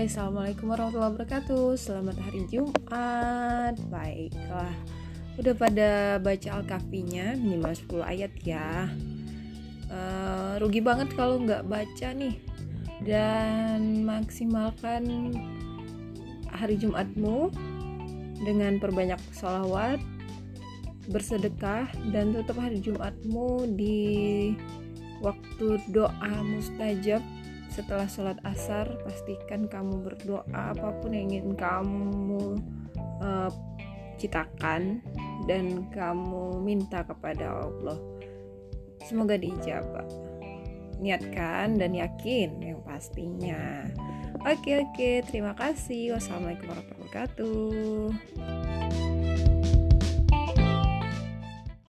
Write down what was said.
Hai, Assalamualaikum warahmatullahi wabarakatuh. Selamat hari Jumat. Baiklah, udah pada baca Al-Kahfinya minimal 10 ayat ya. Rugi banget kalau nggak baca nih. Dan maksimalkan hari Jumatmu dengan perbanyak sholawat, bersedekah, dan tutup hari Jumatmu di waktu doa mustajab. Setelah sholat asar, pastikan kamu berdoa apapun yang ingin kamu citakan dan kamu minta kepada Allah. Semoga diijabah. Niatkan dan yakin yang pastinya. Oke, terima kasih. Wassalamualaikum warahmatullahi wabarakatuh.